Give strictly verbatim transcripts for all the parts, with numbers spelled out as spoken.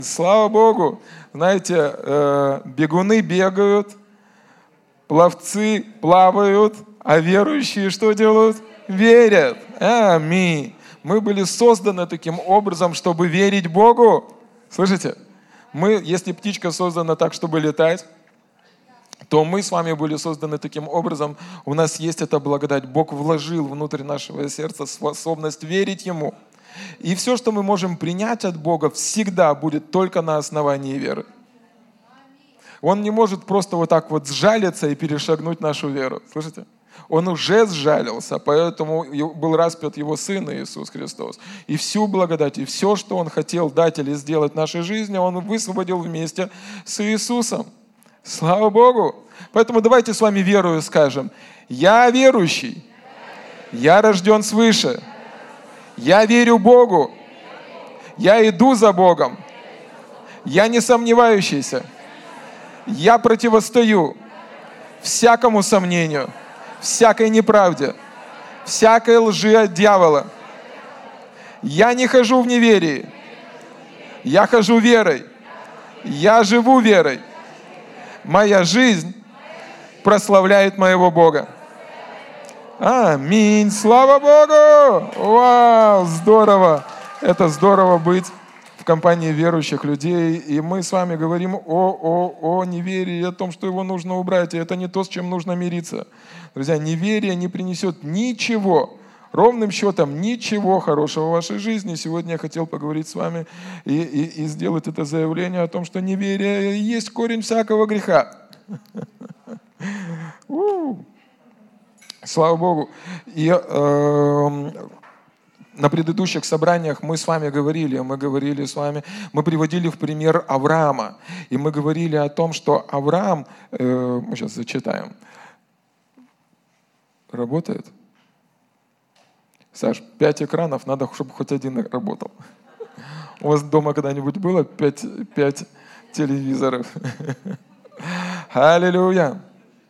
Слава Богу! Знаете, э, бегуны бегают, пловцы плавают, а верующие что делают? Верят. Аминь. Мы были созданы таким образом, чтобы верить Богу. Слышите? Мы, если птичка создана так, чтобы летать, то мы с вами были созданы таким образом. У нас есть эта благодать. Бог вложил внутрь нашего сердца способность верить Ему. И все, что мы можем принять от Бога, всегда будет только на основании веры. Он не может просто вот так вот сжалиться и перешагнуть нашу веру. Слышите? Он уже сжалился, поэтому был распят Его Сын Иисус Христос. И всю благодать, и все, что Он хотел дать или сделать в нашей жизни, Он высвободил вместе с Иисусом. Слава Богу! Поэтому давайте с вами верою скажем: «Я верующий, я рожден свыше, я верю Богу, я иду за Богом, я не сомневающийся, я противостою всякому сомнению, всякой неправде, всякой лжи от дьявола. Я не хожу в неверии, я хожу верой, я живу верой. Моя жизнь прославляет моего Бога». Аминь. Слава Богу! Вау, здорово! Это здорово быть в компании верующих людей. И мы с вами говорим о, о, о неверии, о том, что его нужно убрать. И это не то, с чем нужно мириться. Друзья, неверие не принесет ничего, ровным счетом ничего хорошего в вашей жизни. Сегодня я хотел поговорить с вами и, и, и сделать это заявление о том, что неверие есть корень всякого греха. Слава Богу. И э, на предыдущих собраниях мы с вами говорили, мы говорили с вами, мы приводили в пример Авраама. И мы говорили о том, что Авраам, э, мы сейчас зачитаем. Работает? Саш, пять экранов, надо, чтобы хоть один работал. У вас дома когда-нибудь было пять, пять телевизоров? Аллилуйя!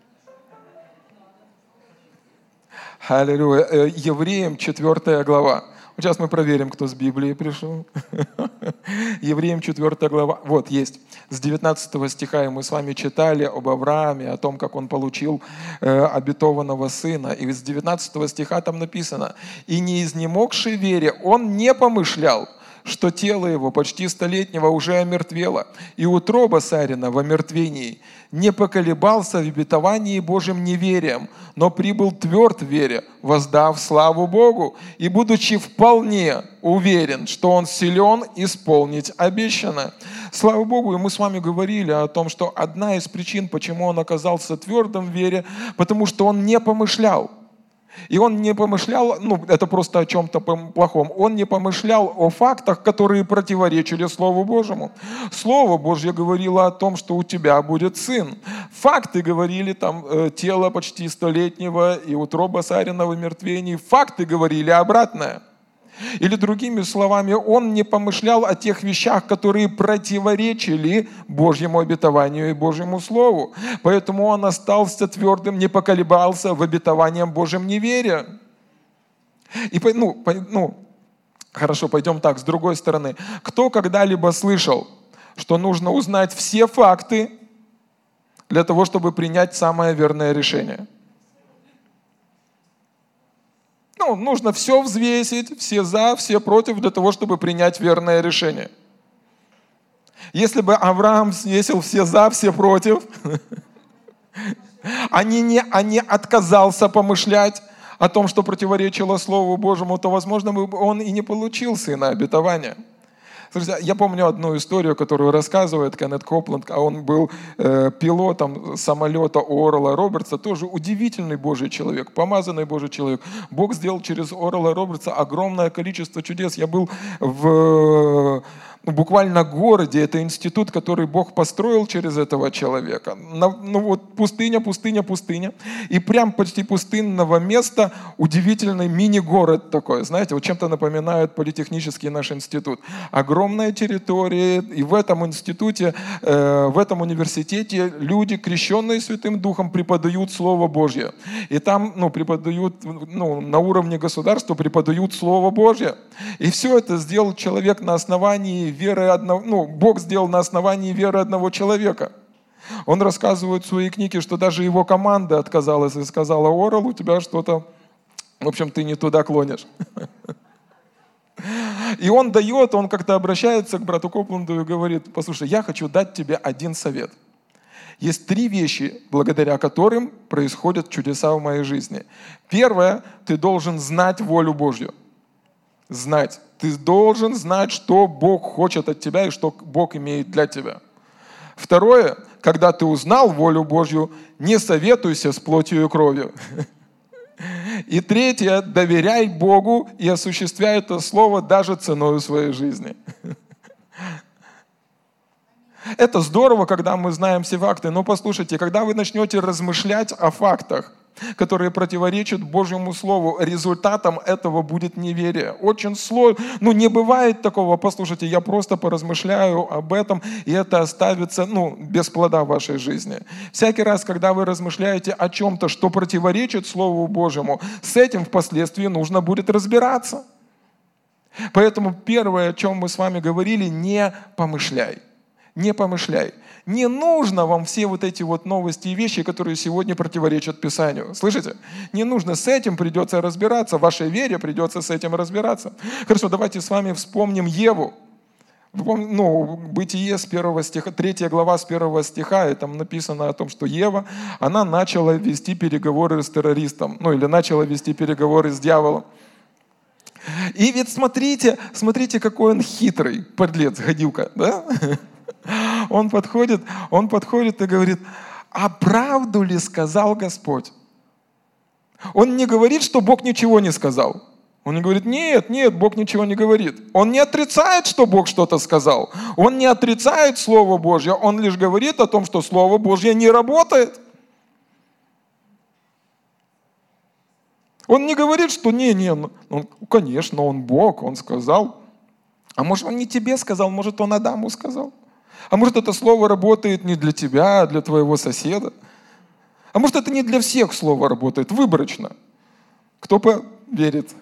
Аллилуйя. Евреям четвёртая глава. Сейчас мы проверим, кто с Библией пришел. Евреям четвёртая глава. Вот, есть. С девятнадцатого стиха мы с вами читали об Аврааме, о том, как он получил э, обетованного сына. И с девятнадцатого стиха там написано: «И не изнемогший вере он не помышлял, что тело его почти столетнего уже омертвело, и утроба Сарина в омертвении, не поколебался в обетовании Божьим неверием, но прибыл тверд в вере, воздав славу Богу, и будучи вполне уверен, что он силен исполнить обещанное». Слава Богу, и мы с вами говорили о том, что одна из причин, почему он оказался твердым в вере, потому что он не помышлял. И он не помышлял, ну, это просто о чем-то плохом, он не помышлял о фактах, которые противоречили Слову Божьему. Слово Божье говорило о том, что у тебя будет сын. Факты говорили, там, тело почти столетнего и утроба Сарина в мертвении. Факты говорили обратное. Или другими словами, он не помышлял о тех вещах, которые противоречили Божьему обетованию и Божьему Слову. Поэтому он остался твердым, не поколебался в обетованием Божьем неверия. И, ну, ну, хорошо, пойдем так, с другой стороны. Кто когда-либо слышал, что нужно узнать все факты для того, чтобы принять самое верное решение? Ну, нужно все взвесить, все за, все против, для того, чтобы принять верное решение. Если бы Авраам взвесил все за, все против, а не, не, а не отказался помышлять о том, что противоречило Слову Божьему, то, возможно, бы он и не получил сына обетования. Слушайте, я помню одну историю, которую рассказывает Кеннет Копланд, а он был э, пилотом самолета Орла Робертса, тоже удивительный Божий человек, помазанный Божий человек. Бог сделал через Орла Робертса огромное количество чудес. Я был в... Ну, буквально городе, это институт, который Бог построил через этого человека. На, ну вот пустыня, пустыня, пустыня. И прям почти пустынного места удивительный мини-город такой. Знаете, вот чем-то напоминает политехнический наш институт. Огромная территория, и в этом институте, э, в этом университете люди, крещенные Святым Духом, преподают Слово Божье. И там ну, преподают, ну, на уровне государства преподают Слово Божье. И все это сделал человек на основании веры одного, ну, Бог сделал на основании веры одного человека. Он рассказывает в своей книге, что даже его команда отказалась и сказала: Орел, у тебя что-то, в общем, ты не туда клонишь. И он дает, он как-то обращается к брату Копланду и говорит: послушай, я хочу дать тебе один совет. Есть три вещи, благодаря которым происходят чудеса в моей жизни. Первое, ты должен знать волю Божью. Знать. Ты должен знать, что Бог хочет от тебя и что Бог имеет для тебя. Второе, когда ты узнал волю Божью, не советуйся с плотью и кровью. И третье, доверяй Богу и осуществляй это слово даже ценой своей жизни. Это здорово, когда мы знаем все факты, но послушайте, когда вы начнете размышлять о фактах, которые противоречат Божьему Слову, результатом этого будет неверие. Очень сложно, ну не бывает такого, послушайте, я просто поразмышляю об этом, и это оставится, ну, без плода в вашей жизни. Всякий раз, когда вы размышляете о чем-то, что противоречит Слову Божьему, с этим впоследствии нужно будет разбираться. Поэтому первое, о чем мы с вами говорили, не помышляй. Не помышляй. Не нужно вам все вот эти вот новости и вещи, которые сегодня противоречат Писанию. Слышите? Не нужно, с этим придется разбираться, в вашей вере придется с этим разбираться. Хорошо, давайте с вами вспомним Еву. Ну, Бытие с первого стиха, третья глава с первого стиха, и там написано о том, что Ева, она начала вести переговоры с террористом, ну или начала вести переговоры с дьяволом. И ведь смотрите, смотрите, какой он хитрый, подлец, гадюка, да? Он подходит, он подходит и говорит: а правду ли сказал Господь? Он не говорит, что Бог ничего не сказал. Он не говорит: нет, нет, Бог ничего не говорит. Он не отрицает, что Бог что-то сказал. Он не отрицает Слово Божье, он лишь говорит о том, что Слово Божье не работает. Он не говорит, что не, не, ну, конечно, он Бог, он сказал. А может, он не тебе сказал, может, он Адаму сказал. А может, это слово работает не для тебя, а для твоего соседа. А может, это не для всех слово работает, выборочно. Кто поверит?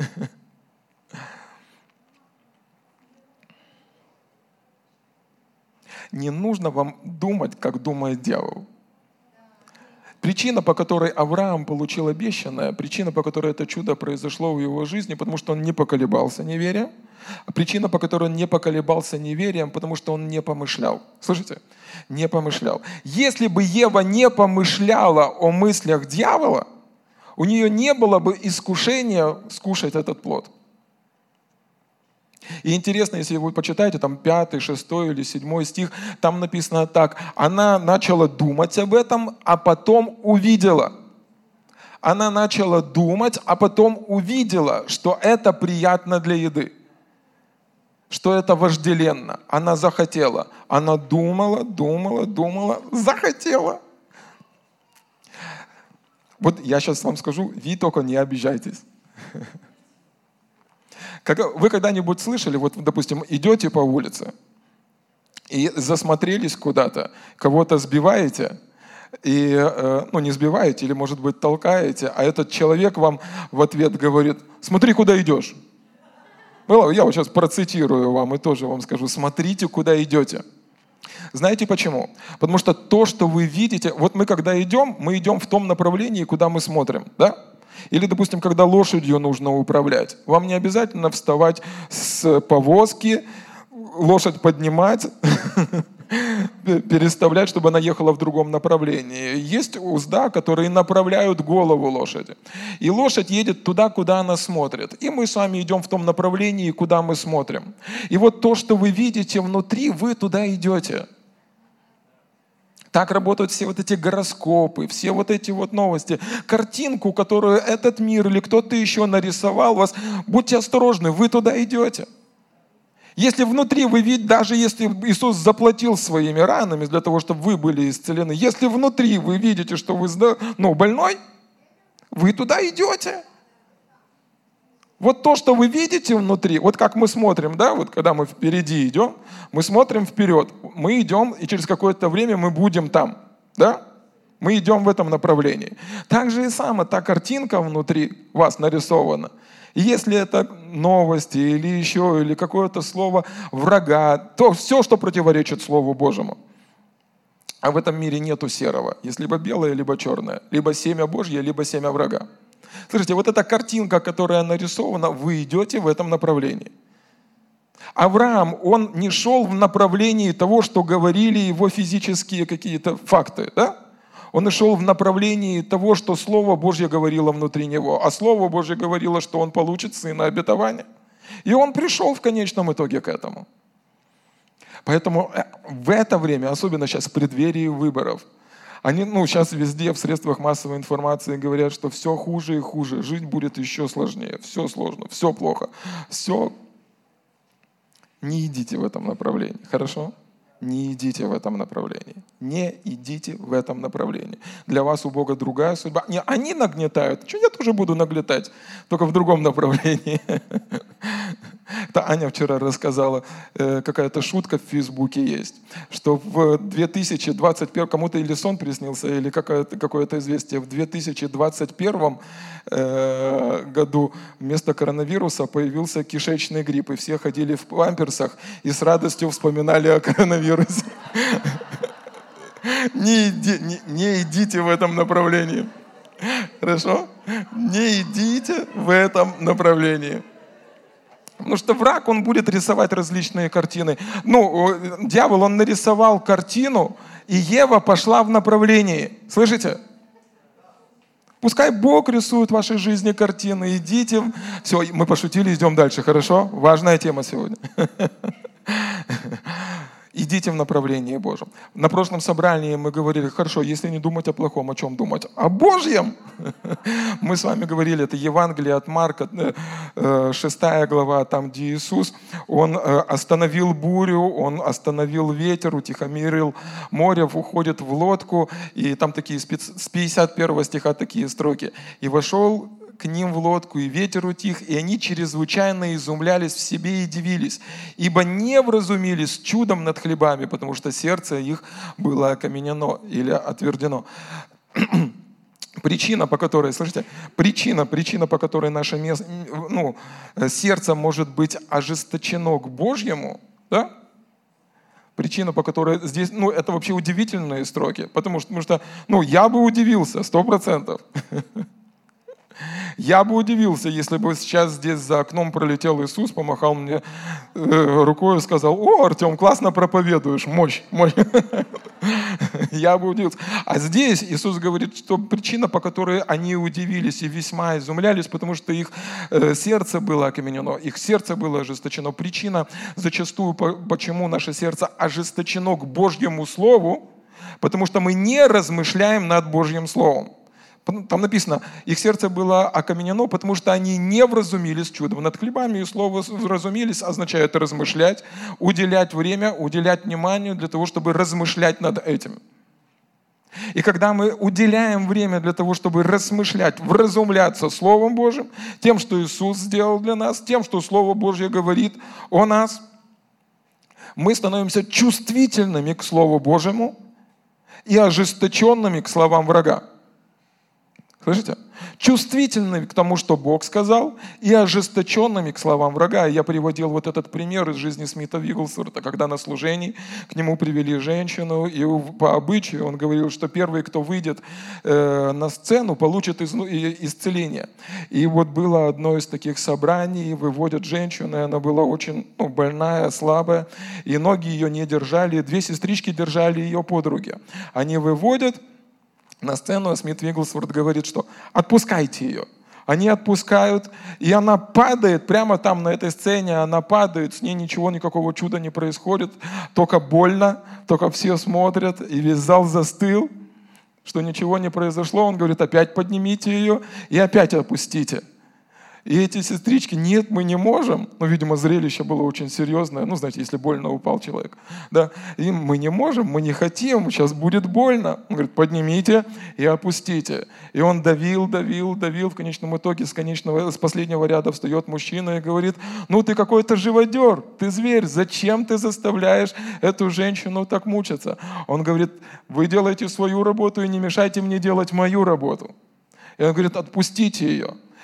Не нужно вам думать, как думает дьявол. Причина, по которой Авраам получил обещанное, причина, по которой это чудо произошло в его жизни, потому что он не поколебался неверием. А причина, по которой он не поколебался неверием, потому что он не помышлял. Слышите? Не помышлял. Если бы Ева не помышляла о мыслях дьявола, у нее не было бы искушения скушать этот плод. И интересно, если вы почитаете, там пятый, шестой или седьмой стих, там написано так: она начала думать об этом, а потом увидела. Она начала думать, а потом увидела, что это приятно для еды, что это вожделенно. Она захотела. Она думала, думала, думала, захотела. Вот я сейчас вам скажу, вы только не обижайтесь. Вы когда-нибудь слышали, вот, допустим, идете по улице и засмотрелись куда-то, кого-то сбиваете, и, ну, не сбиваете или, может быть, толкаете, а этот человек вам в ответ говорит: смотри, куда идешь. Я вот сейчас процитирую вам и тоже вам скажу: смотрите, куда идете. Знаете почему? Потому что то, что вы видите, вот мы когда идем, мы идем в том направлении, куда мы смотрим, да? Или, допустим, когда лошадью нужно управлять, вам не обязательно вставать с повозки, лошадь поднимать, переставлять, чтобы она ехала в другом направлении. Есть узда, которые направляют голову лошади. И лошадь едет туда, куда она смотрит. И мы с вами идем в том направлении, куда мы смотрим. И вот то, что вы видите внутри, вы туда идете. Так работают все вот эти гороскопы, все вот эти вот новости. Картинку, которую этот мир или кто-то еще нарисовал вас, будьте осторожны, вы туда идете. Если внутри вы видите, даже если Иисус заплатил своими ранами для того, чтобы вы были исцелены, если внутри вы видите, что вы, ну, больной, вы туда идете. Вот то, что вы видите внутри, вот как мы смотрим, да, вот когда мы впереди идем, мы смотрим вперед, мы идем, и через какое-то время мы будем там, да? Мы идем в этом направлении. Так же и само, та картинка внутри вас нарисована. И если это новости или еще, или какое-то слово врага, то все, что противоречит Слову Божьему. А в этом мире нету серого. Есть либо белое, либо черное. Либо семя Божье, либо семя врага. Слушайте, вот эта картинка, которая нарисована, вы идете в этом направлении. Авраам, он не шел в направлении того, что говорили его физические какие-то факты, да? Он и шел в направлении того, что Слово Божье говорило внутри него. А Слово Божье говорило, что он получит сына обетования. И он пришел в конечном итоге к этому. Поэтому в это время, особенно сейчас в преддверии выборов, они, ну, сейчас везде в средствах массовой информации говорят, что все хуже и хуже, жить будет еще сложнее, все сложно, все плохо, все. Не идите в этом направлении, хорошо? Не идите в этом направлении. Не идите в этом направлении. Для вас у Бога другая судьба. Не, они нагнетают. Что я тоже буду нагнетать, только в другом направлении. Это Аня вчера рассказала, какая-то шутка в Фейсбуке есть, что в две тысячи двадцать первом, кому-то или сон приснился, или какое-то, какое-то известие, в две тысячи двадцать первом э, году вместо коронавируса появился кишечный грипп, и все ходили в памперсах и с радостью вспоминали о коронавирусе. Не, иди, не, не идите в этом направлении. Хорошо? Не идите в этом направлении. Потому что враг, он будет рисовать различные картины. Ну, дьявол, он нарисовал картину, и Ева пошла в направлении. Слышите? Пускай Бог рисует в вашей жизни картины. Идите. Все, мы пошутили, идем дальше, хорошо? Важная тема сегодня. Идите в направлении Божьем. На прошлом собрании мы говорили, хорошо, если не думать о плохом, о чем думать? О Божьем! Мы с вами говорили, это Евангелие от Марка, шестая глава, там, где Иисус, Он остановил бурю, Он остановил ветер, утихомирил море, уходит в лодку, и там такие, с пятьдесят первого стиха такие строки. «И вошел к ним в лодку, и ветер утих, и они чрезвычайно изумлялись в себе и дивились, ибо не вразумились чудом над хлебами, потому что сердце их было окаменено или отвердено». Причина, по которой, слышите, причина, причина, по которой наше место, ну, сердце может быть ожесточено к Божьему, да? Причина, по которой здесь, ну, это вообще удивительные строки, потому что, потому что ну, я бы удивился, сто процентов. Я бы удивился, если бы сейчас здесь за окном пролетел Иисус, помахал мне э, рукой и сказал: «О, Артем, классно проповедуешь, мощь, мощь». Я бы удивился. А здесь Иисус говорит, что причина, по которой они удивились и весьма изумлялись, потому что их э, сердце было окаменено, их сердце было ожесточено. Причина зачастую, почему наше сердце ожесточено к Божьему Слову, потому что мы не размышляем над Божьим Словом. Там написано, их сердце было окаменено, потому что они не вразумились чудом над хлебами. И слово «вразумились» означает размышлять, уделять время, уделять внимание для того, чтобы размышлять над этим. И когда мы уделяем время для того, чтобы размышлять, вразумляться Словом Божьим, тем, что Иисус сделал для нас, тем, что Слово Божье говорит о нас, мы становимся чувствительными к Слову Божьему и ожесточенными к словам врага. Слышите? Чувствительными к тому, что Бог сказал, и ожесточенными к словам врага. Я приводил вот этот пример из жизни Смита Вигглсворта, когда на служении к нему привели женщину, и по обычаю он говорил, что первый, кто выйдет э, на сцену, получит из, исцеление. И вот было одно из таких собраний, выводят женщину, и она была очень ну, больная, слабая, и ноги ее не держали, две сестрички держали ее под руки. Они выводят на сцену, а Смит Вигглсворт говорит, что отпускайте ее. Они отпускают, и она падает прямо там на этой сцене, она падает, с ней ничего, никакого чуда не происходит, только больно, только все смотрят, и весь зал застыл, что ничего не произошло. Он говорит, опять поднимите ее и опять опустите. И эти сестрички, нет, мы не можем. Ну, видимо, зрелище было очень серьезное. Ну, знаете, если больно упал человек. Да? И мы не можем, мы не хотим, сейчас будет больно. Он говорит, поднимите и опустите. И он давил, давил, давил. В конечном итоге с, конечного, с последнего ряда встает мужчина и говорит, ну, ты какой-то живодер, ты зверь, зачем ты заставляешь эту женщину так мучиться? Он говорит, вы делаете свою работу и не мешайте мне делать мою работу. И он говорит, отпустите ее.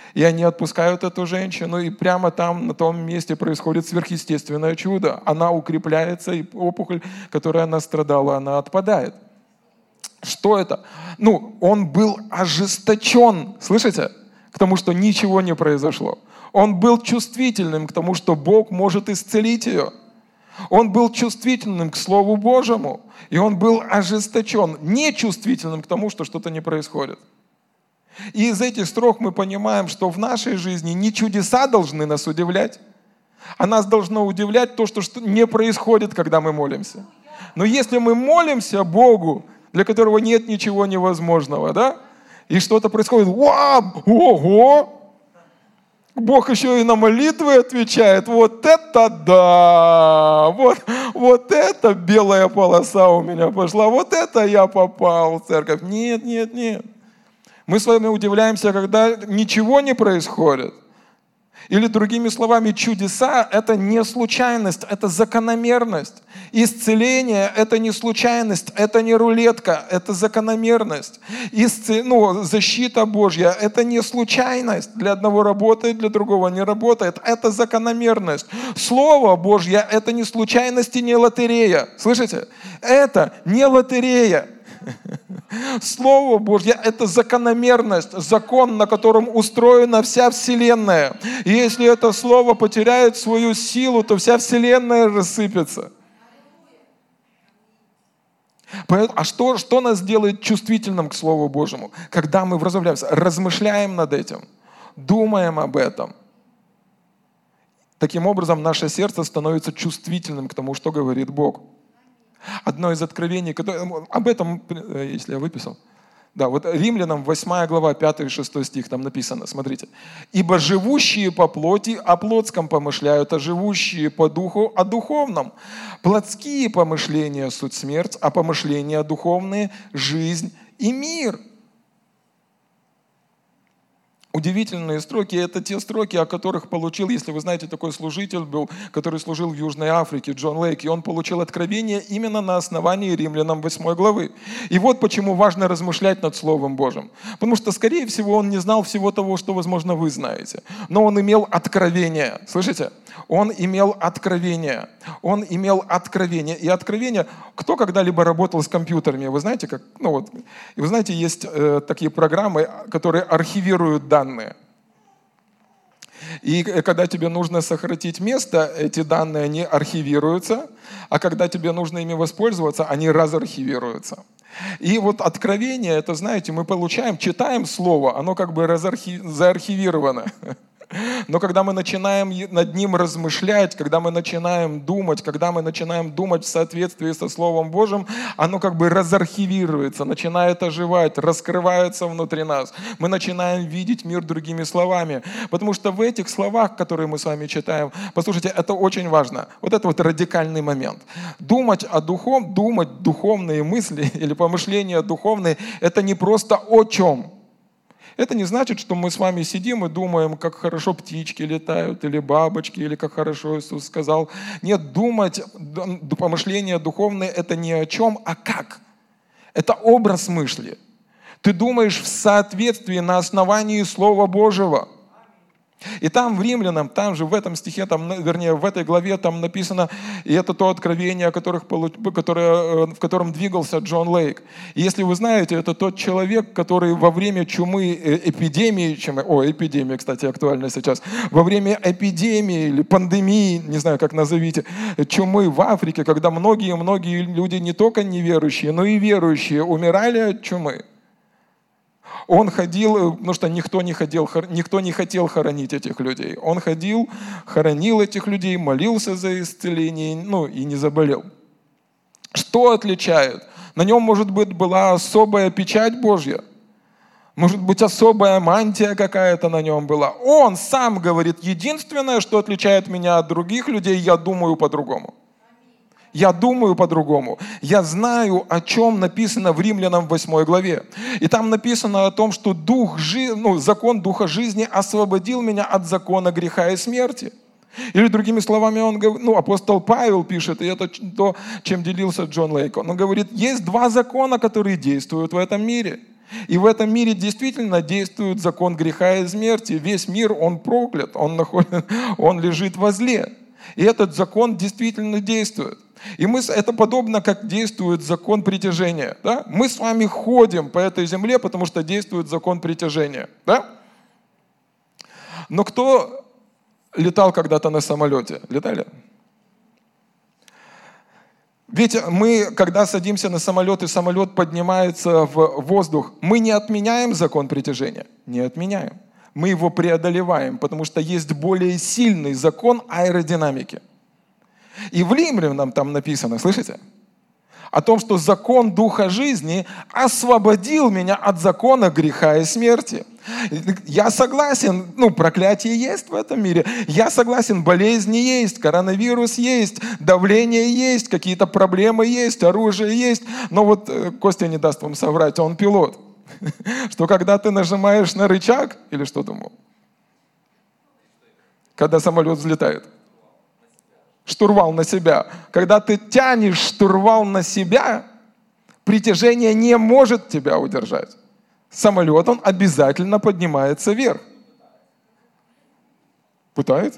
И они отпускают эту женщину, и прямо там, на том месте происходит сверхъестественное чудо. Она укрепляется, и опухоль, которой она страдала, она отпадает. Что это? Ну, он был ожесточен, слышите, к тому, что ничего не произошло. Он был чувствительным к тому, что Бог может исцелить ее. Он был чувствительным к Слову Божьему, и он был ожесточен, нечувствительным к тому, что что-то не происходит. И из этих строк мы понимаем, что в нашей жизни не чудеса должны нас удивлять, а нас должно удивлять то, что не происходит, когда мы молимся. Но если мы молимся Богу, для которого нет ничего невозможного, да, и что-то происходит, вау, ого! Бог еще и на молитвы отвечает. Вот это да! Вот, вот это белая полоса у меня пошла. Вот это я попал в церковь. Нет, нет, нет. Мы с вами удивляемся, когда ничего не происходит. Или другими словами, чудеса – это не случайность, это закономерность. Исцеление – это не случайность, это не рулетка, это закономерность. Исцел... Ну, защита Божья – это не случайность. Для одного работает, для другого не работает. Это закономерность. Слово Божье – это не случайность и не лотерея. Слышите? Это не лотерея. Слово Божье – это закономерность, закон, на котором устроена вся Вселенная. И если это Слово потеряет свою силу, то вся Вселенная рассыпется. А что, что нас делает чувствительным к Слову Божьему? Когда мы вразумляемся, размышляем над этим, думаем об этом. Таким образом, наше сердце становится чувствительным к тому, что говорит Бог. Одно из откровений, которое, об этом, если я выписал, да, вот Римлянам восьмая глава, пятый и шестой стих, там написано, смотрите. «Ибо живущие по плоти о плотском помышляют, а живущие по духу о духовном. Плотские помышления – суть смерть, а помышления духовные – жизнь и мир». Удивительные строки – это те строки, о которых получил, если вы знаете, такой служитель был, который служил в Южной Африке, Джон Лейк, и он получил откровение именно на основании Римлянам восьмой главы. И вот почему важно размышлять над Словом Божьим. Потому что, скорее всего, он не знал всего того, что, возможно, вы знаете. Но он имел откровение. Слышите? Он имел откровение. Он имел откровение. И откровение... Кто когда-либо работал с компьютерами? Вы знаете, как... Ну вот, и вы знаете, есть э, такие программы, которые архивируют данные. И когда тебе нужно сократить место, эти данные, они архивируются, а когда тебе нужно ими воспользоваться, они разархивируются. И вот откровение, это, знаете, мы получаем, читаем слово, оно как бы разархи... заархивировано. Но когда мы начинаем над ним размышлять, когда мы начинаем думать, когда мы начинаем думать в соответствии со Словом Божьим, оно как бы разархивируется, начинает оживать, раскрывается внутри нас. Мы начинаем видеть мир другими словами. Потому что в этих словах, которые мы с вами читаем, послушайте, это очень важно. Вот это вот радикальный момент. Думать о духом, думать духовные мысли или помышления духовные, это не просто о чем. Это не значит, что мы с вами сидим и думаем, как хорошо птички летают, или бабочки, или как хорошо Иисус сказал. Нет, думать, помышление духовное – это не о чем, а как. Это образ мысли. Ты думаешь в соответствии на основании Слова Божьего. И там в Римлянам, там же в этом стихе, там, вернее, в этой главе там написано, и это то откровение, о которых, которое, в котором двигался Джон Лейк. И если вы знаете, это тот человек, который во время чумы, эпидемии, чумы, о, эпидемия, кстати, актуальна сейчас, во время эпидемии или пандемии, не знаю, как назовите, чумы в Африке, когда многие-многие люди, не только неверующие, но и верующие, умирали от чумы. Он ходил, потому что никто не, ходил, никто не хотел хоронить этих людей. Он ходил, хоронил этих людей, молился за исцеление, ну и не заболел. Что отличает? На нем, может быть, была особая печать Божья. Может быть, особая мантия какая-то на нем была. Он сам говорит, единственное, что отличает меня от других людей, я думаю по-другому. Я думаю по-другому. Я знаю, о чем написано в Римлянам восьмой главе. И там написано о том, что дух, ну, закон Духа жизни освободил меня от закона греха и смерти. Или другими словами, он, ну, апостол Павел пишет, и это то, чем делился Джон Лейк. Он говорит, есть два закона, которые действуют в этом мире. И в этом мире действительно действует закон греха и смерти. Весь мир, он проклят, он, находит, он лежит во зле. И этот закон действительно действует. И мы, это подобно, как действует закон притяжения. Да? Мы с вами ходим по этой земле, потому что действует закон притяжения. Да? Но кто летал когда-то на самолете? Летали? Ведь мы, когда садимся на самолет, и самолет поднимается в воздух, мы не отменяем закон притяжения? Не отменяем. Мы его преодолеваем, потому что есть более сильный закон аэродинамики. И в Римлянам там написано, слышите? О том, что закон Духа жизни освободил меня от закона греха и смерти. Я согласен, ну, проклятие есть в этом мире. Я согласен, болезни есть, коронавирус есть, давление есть, какие-то проблемы есть, оружие есть. Но вот Костя не даст вам соврать, он пилот. Что когда ты нажимаешь на рычаг, или что думал? Когда самолет взлетает. Штурвал на себя. Когда ты тянешь штурвал на себя, притяжение не может тебя удержать. Самолет, он обязательно поднимается вверх. Пытается?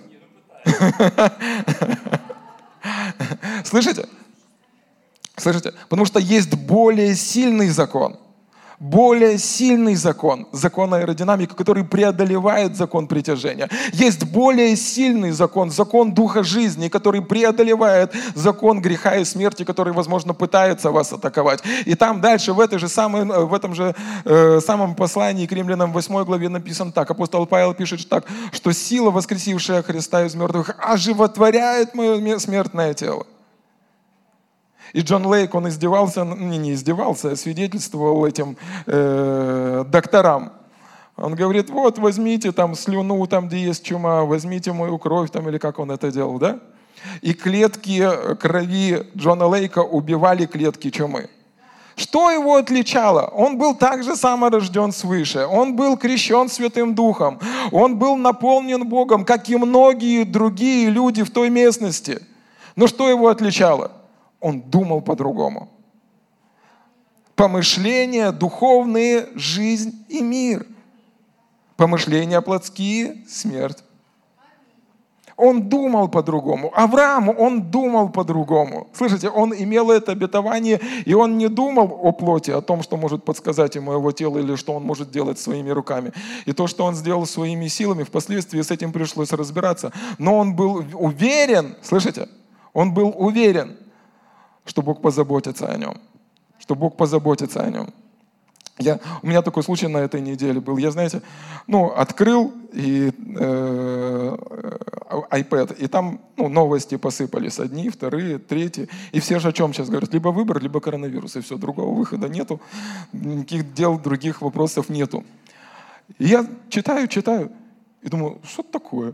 Слышите? Слышите? Потому что есть более сильный закон. Более сильный закон, закон аэродинамики, который преодолевает закон притяжения. Есть более сильный закон, закон Духа жизни, который преодолевает закон греха и смерти, который, возможно, пытается вас атаковать. И там дальше, в, этой же самой, в этом же э, самом послании к Римлянам восьмой главе написано так. Апостол Павел пишет так, что сила, воскресившая Христа из мертвых, оживотворяет мое смертное тело. И Джон Лейк, он издевался, не, не издевался, а свидетельствовал этим э, докторам. Он говорит, вот возьмите там слюну, там где есть чума, возьмите мою кровь, там, или как он это делал, да? И клетки крови Джона Лейка убивали клетки чумы. Что его отличало? Он был также саморожден свыше, он был крещен Святым Духом, он был наполнен Богом, как и многие другие люди в той местности. Но что его отличало? Он думал по-другому. Помышления духовные – жизнь и мир. Помышления плотские – смерть. Он думал по-другому. Авраам, он думал по-другому. Слышите, он имел это обетование, и он не думал о плоти, о том, что может подсказать ему его тело, или что он может делать своими руками. И то, что он сделал своими силами, впоследствии с этим пришлось разбираться. Но он был уверен, слышите, он был уверен, что Бог позаботится о нем. Что Бог позаботится о нем. Я, у меня такой случай на этой неделе был. Я, знаете, ну, открыл и, э, iPad, и там ну, новости посыпались. Одни, вторые, третьи. И все же о чем сейчас говорят? Либо выбор, либо коронавирус. И все, другого выхода нету. Никаких дел, других вопросов нету. И я читаю, читаю. И думаю, что это такое?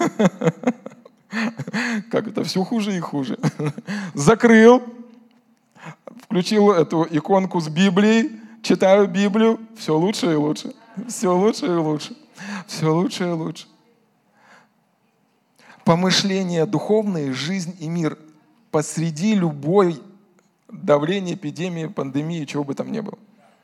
Как это? Все хуже и хуже. Закрыл. Включил эту иконку с Библией, читаю Библию, все лучше и лучше. Все лучше и лучше. Все лучше и лучше. Помышления духовные, жизнь и мир посреди любой давления, эпидемии, пандемии, чего бы там ни было.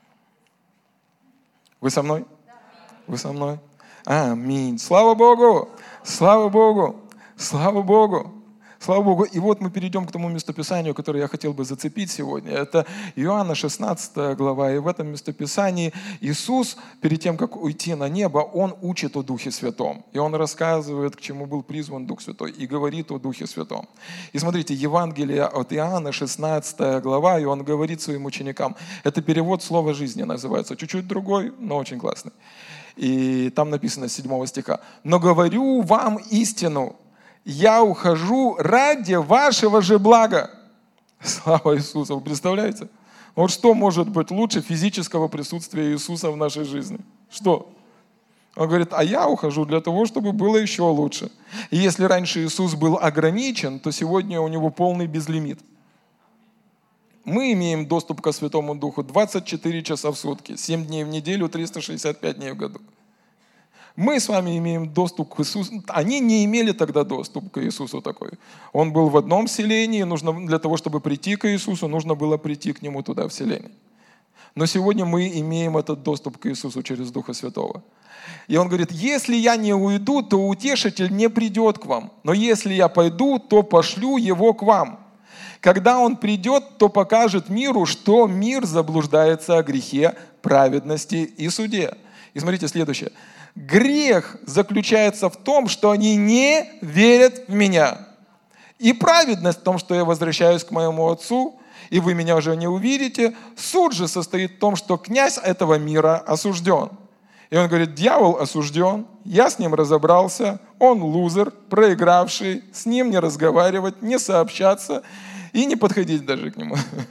Вы со мной? Вы со мной? Аминь. Слава Богу! Слава Богу! Слава Богу! Слава Богу. И вот мы перейдем к тому местописанию, которое я хотел бы зацепить сегодня. Это Иоанна шестнадцатая глава. И в этом местописании Иисус, перед тем, как уйти на небо, Он учит о Духе Святом. И Он рассказывает, к чему был призван Дух Святой, и говорит о Духе Святом. И смотрите, Евангелие от Иоанна, шестнадцатая глава, и Он говорит своим ученикам. Это перевод слова жизни называется. Чуть-чуть другой, но очень классный. И там написано с седьмого стиха. «Но говорю вам истину, я ухожу ради вашего же блага». Слава Иисусу! Вы представляете? Вот что может быть лучше физического присутствия Иисуса в нашей жизни? Что? Он говорит, а я ухожу для того, чтобы было еще лучше. И если раньше Иисус был ограничен, то сегодня у Него полный безлимит. Мы имеем доступ ко Святому Духу двадцать четыре часа в сутки, семь дней в неделю, триста шестьдесят пять дней в году. Мы с вами имеем доступ к Иисусу. Они не имели тогда доступ к Иисусу такой. Он был в одном селении, нужно, для того, чтобы прийти к Иисусу, нужно было прийти к Нему туда, в селение. Но сегодня мы имеем этот доступ к Иисусу через Духа Святого. И он говорит, если я не уйду, то утешитель не придет к вам. Но если я пойду, то пошлю его к вам. Когда он придет, то покажет миру, что мир заблуждается о грехе, праведности и суде. И смотрите следующее. Грех заключается в том, что они не верят в меня. И праведность в том, что я возвращаюсь к моему Отцу, и вы меня уже не увидите. Суд же состоит в том, что князь этого мира осужден. И он говорит, дьявол осужден, я с ним разобрался, он лузер, проигравший, с ним не разговаривать, не сообщаться и не подходить даже к нему.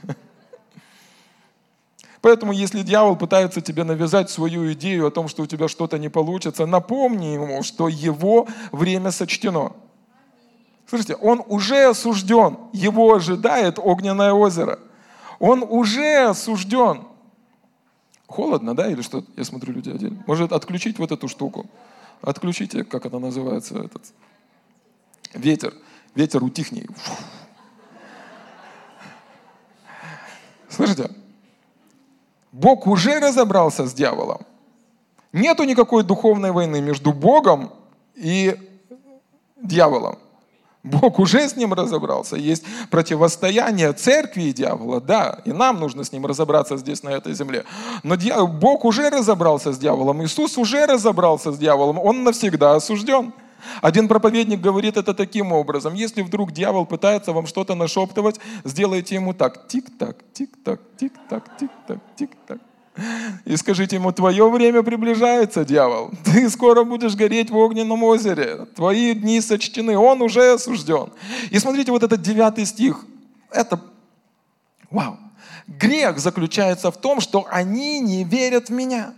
Поэтому, если дьявол пытается тебе навязать свою идею о том, что у тебя что-то не получится, напомни ему, что его время сочтено. Слушайте, он уже осужден, его ожидает огненное озеро. Он уже осужден. Холодно, да, или что? Я смотрю, люди одели. Может, отключить вот эту штуку? Отключите, как это называется, этот ветер. Ветер утихни. Фу. Слышите? Бог уже разобрался с дьяволом. Нету никакой духовной войны между Богом и дьяволом. Бог уже с ним разобрался. Есть противостояние церкви и дьявола, да, и нам нужно с ним разобраться здесь, на этой земле. Но дьявол, Бог уже разобрался с дьяволом, Иисус уже разобрался с дьяволом, он навсегда осужден. Один проповедник говорит это таким образом. Если вдруг дьявол пытается вам что-то нашептывать, сделайте ему так. Тик-так, тик-так, тик-так, тик-так, тик-так. И скажите ему, твое время приближается, дьявол. Ты скоро будешь гореть в огненном озере. Твои дни сочтены. Он уже осужден. И смотрите, вот этот девятый стих. Это, вау. Грех заключается в том, что они не верят в меня.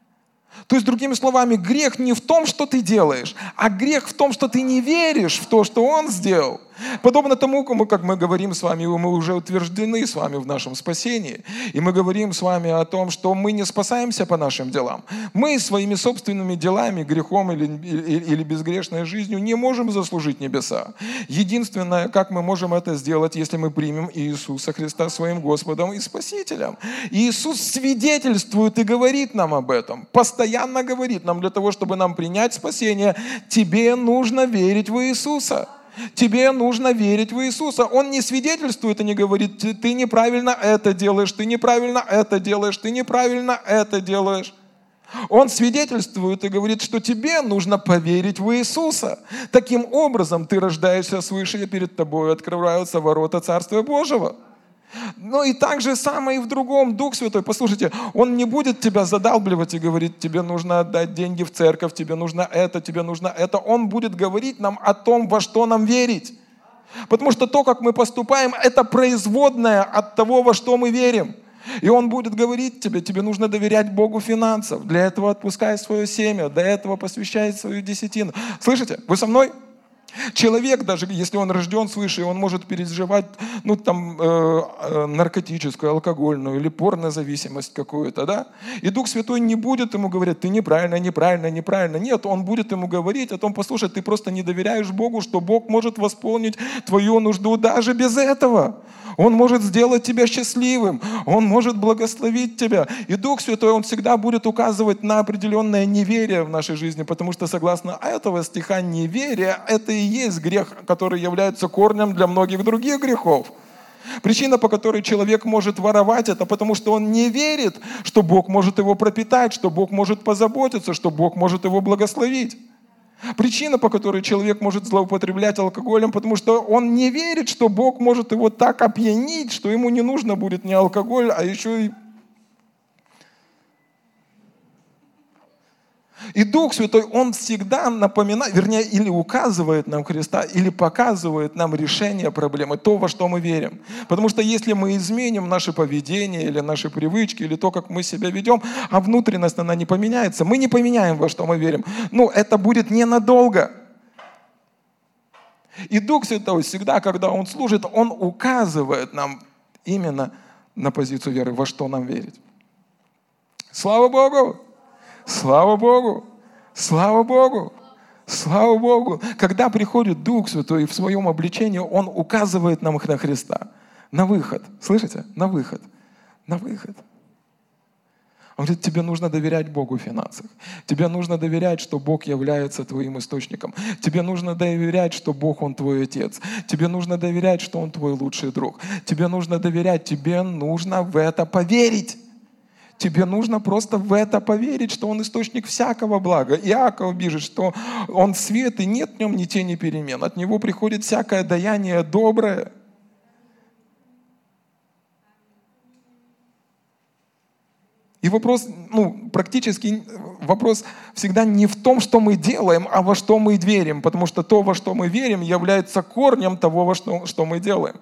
То есть, другими словами, грех не в том, что ты делаешь, а грех в том, что ты не веришь в то, что Он сделал. Подобно тому, как мы говорим с вами, мы уже утверждены с вами в нашем спасении. И мы говорим с вами о том, что мы не спасаемся по нашим делам. Мы своими собственными делами, грехом или, или, или безгрешной жизнью не можем заслужить небеса. Единственное, как мы можем это сделать, если мы примем Иисуса Христа своим Господом и Спасителем. И Иисус свидетельствует и говорит нам об этом. Постоянно говорит нам, для того, чтобы нам принять спасение, тебе нужно верить в Иисуса. Тебе нужно верить в Иисуса. Он не свидетельствует и не говорит, ты неправильно это делаешь, ты неправильно это делаешь, ты неправильно это делаешь. Он свидетельствует и говорит, что тебе нужно поверить в Иисуса. Таким образом ты рождаешься свыше, и перед тобой открываются ворота Царствия Божьего. Ну и так же самое и в другом. Дух Святой, послушайте, Он не будет тебя задалбливать и говорить, тебе нужно отдать деньги в церковь, тебе нужно это, тебе нужно это. Он будет говорить нам о том, во что нам верить. Потому что то, как мы поступаем, это производное от того, во что мы верим. И Он будет говорить тебе, тебе нужно доверять Богу финансов. Для этого отпускай свое семя, для этого посвящай свою десятину. Слышите, вы со мной? Человек, даже если он рожден свыше, он может переживать ну, там, э, наркотическую, алкогольную или порнозависимость какую-то, да? И Дух Святой не будет ему говорить, ты неправильно, неправильно, неправильно. Нет, Он будет ему говорить о том, послушай, ты просто не доверяешь Богу, что Бог может восполнить твою нужду даже без этого. Он может сделать тебя счастливым, Он может благословить тебя. И Дух Святой, Он всегда будет указывать на определенное неверие в нашей жизни, потому что, согласно этого стиха, неверие – это и есть грех, который является корнем для многих других грехов. Причина, по которой человек может воровать, это потому, что он не верит, что Бог может его пропитать, что Бог может позаботиться, что Бог может его благословить. Причина, по которой человек может злоупотреблять алкоголем, потому что он не верит, что Бог может его так опьянить, что ему не нужно будет не алкоголь, а еще и... И Дух Святой, Он всегда напоминает, вернее, или указывает нам Христа, или показывает нам решение проблемы, то, во что мы верим. Потому что если мы изменим наше поведение, или наши привычки, или то, как мы себя ведем, а внутренность, она не поменяется, мы не поменяем, во что мы верим. Ну, это будет ненадолго. И Дух Святой всегда, когда Он служит, Он указывает нам именно на позицию веры, во что нам верить. Слава Богу! Слава Богу! Слава Богу! Слава Богу! Когда приходит Дух Святой в своем обличении, Он указывает нам на Христа. На выход. Слышите? На выход. На выход. Он говорит, тебе нужно доверять Богу в финансах. Тебе нужно доверять, что Бог является твоим источником. Тебе нужно доверять, что Бог, Он твой Отец. Тебе нужно доверять, что Он твой лучший друг. Тебе нужно доверять, тебе нужно в это поверить. Тебе нужно просто в это поверить, что Он источник всякого блага. Иаков пишет, что Он свет, и нет в Нем ни тени перемен. От Него приходит всякое даяние доброе. И вопрос, ну, практически вопрос всегда не в том, что мы делаем, а во что мы верим. Потому что то, во что мы верим, является корнем того, во что, что мы делаем.